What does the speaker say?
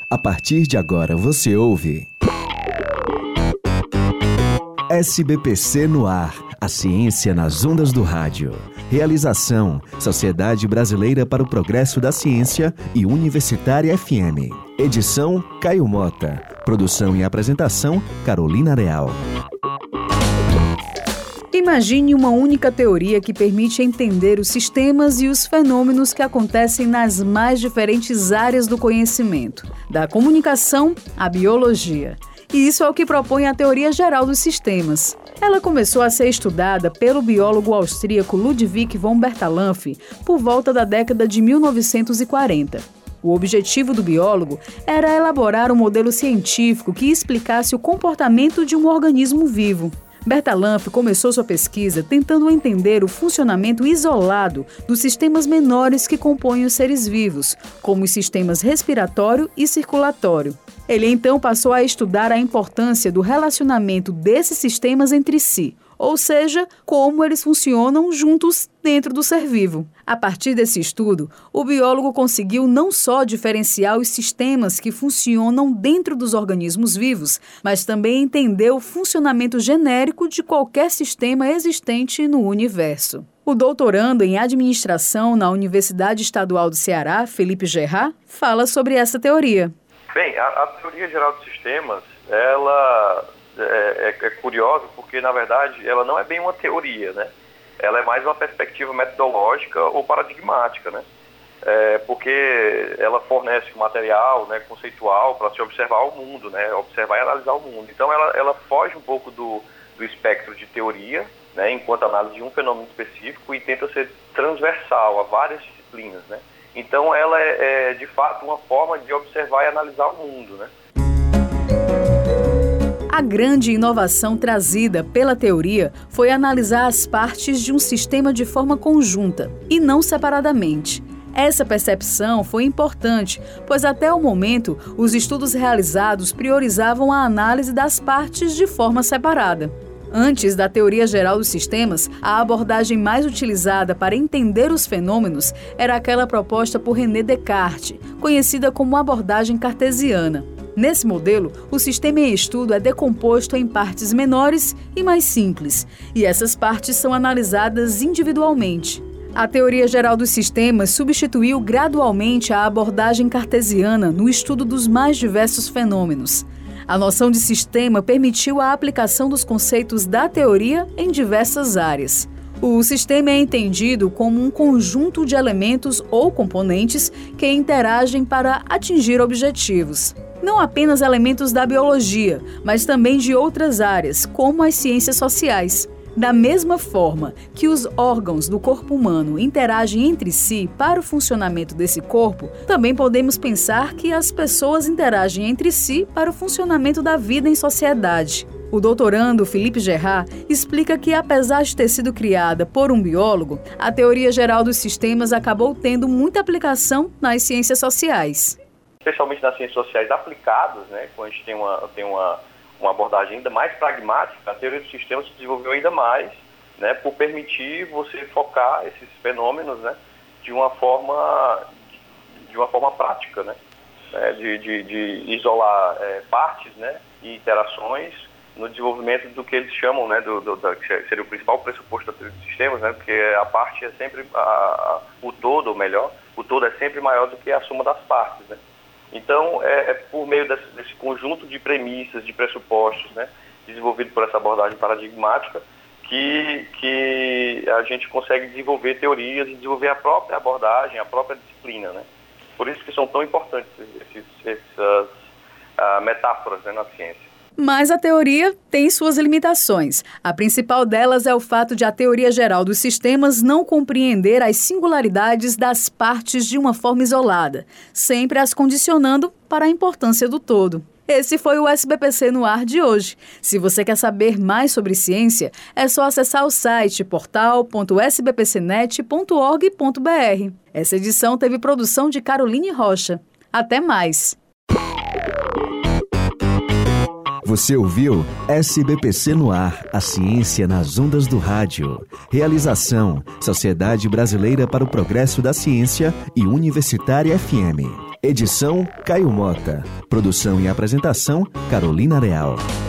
A partir de agora você ouve SBPC no ar, a ciência nas ondas do rádio. Realização, Sociedade Brasileira para o Progresso da Ciência e Universitária FM. Edição, Caio Mota. Produção e apresentação, Carolina Real. Imagine uma única teoria que permite entender os sistemas e os fenômenos que acontecem nas mais diferentes áreas do conhecimento, da comunicação à biologia. E isso é o que propõe a Teoria Geral dos Sistemas. Ela começou a ser estudada pelo biólogo austríaco Ludwig von Bertalanffy por volta da década de 1940. O objetivo do biólogo era elaborar um modelo científico que explicasse o comportamento de um organismo vivo. Bertalanffy começou sua pesquisa tentando entender o funcionamento isolado dos sistemas menores que compõem os seres vivos, como os sistemas respiratório e circulatório. Ele então passou a estudar a importância do relacionamento desses sistemas entre si, ou seja, como eles funcionam juntos dentro do ser vivo. A partir desse estudo, o biólogo conseguiu não só diferenciar os sistemas que funcionam dentro dos organismos vivos, mas também entender o funcionamento genérico de qualquer sistema existente no universo. O doutorando em administração na Universidade Estadual do Ceará, Felipe Gerard, fala sobre essa teoria. Bem, a Teoria Geral dos Sistemas, ela é curiosa porque, na verdade, ela não é bem uma teoria, né? Ela é mais uma perspectiva metodológica ou paradigmática, né? Porque ela fornece um material, né, conceitual para se observar o mundo, né? Observar e analisar o mundo. Então, ela foge um pouco do espectro de teoria, né, enquanto análise de um fenômeno específico e tenta ser transversal a várias disciplinas, né? Então, ela é de fato uma forma de observar e analisar o mundo, né? A grande inovação trazida pela teoria foi analisar as partes de um sistema de forma conjunta e não separadamente. Essa percepção foi importante, pois até o momento os estudos realizados priorizavam a análise das partes de forma separada. Antes da Teoria Geral dos Sistemas, a abordagem mais utilizada para entender os fenômenos era aquela proposta por René Descartes, conhecida como abordagem cartesiana. Nesse modelo, o sistema em estudo é decomposto em partes menores e mais simples, e essas partes são analisadas individualmente. A Teoria Geral dos Sistemas substituiu gradualmente a abordagem cartesiana no estudo dos mais diversos fenômenos. A noção de sistema permitiu a aplicação dos conceitos da teoria em diversas áreas. O sistema é entendido como um conjunto de elementos ou componentes que interagem para atingir objetivos. Não apenas elementos da biologia, mas também de outras áreas, como as ciências sociais. Da mesma forma que os órgãos do corpo humano interagem entre si para o funcionamento desse corpo, também podemos pensar que as pessoas interagem entre si para o funcionamento da vida em sociedade. O doutorando Felipe Gerard explica que, apesar de ter sido criada por um biólogo, a Teoria Geral dos Sistemas acabou tendo muita aplicação nas ciências sociais. Especialmente nas ciências sociais aplicadas, né, quando a gente tem uma abordagem ainda mais pragmática, a teoria dos sistemas se desenvolveu ainda mais, né, por permitir você focar esses fenômenos, né, de uma forma prática, né, de isolar partes, né, e interações no desenvolvimento do que eles chamam, né, que seria o principal pressuposto da teoria dos sistemas, né, porque a parte é sempre o todo, ou melhor, o todo é sempre maior do que a soma das partes, né. Então, é por meio desse conjunto de premissas, de pressupostos, né, desenvolvido por essa abordagem paradigmática, que a gente consegue desenvolver teorias e desenvolver a própria abordagem, a própria disciplina, né. Por isso que são tão importantes essas metáforas, né, na ciência. Mas a teoria tem suas limitações. A principal delas é o fato de a Teoria Geral dos Sistemas não compreender as singularidades das partes de uma forma isolada, sempre as condicionando para a importância do todo. Esse foi o SBPC no ar de hoje. Se você quer saber mais sobre ciência, é só acessar o site portal.sbpcnet.org.br. Essa edição teve produção de Caroline Rocha. Até mais! Você ouviu SBPC no ar, a ciência nas ondas do rádio. Realização, Sociedade Brasileira para o Progresso da Ciência e Universitária FM. Edição Caio Mota. Produção e apresentação Carolina Real.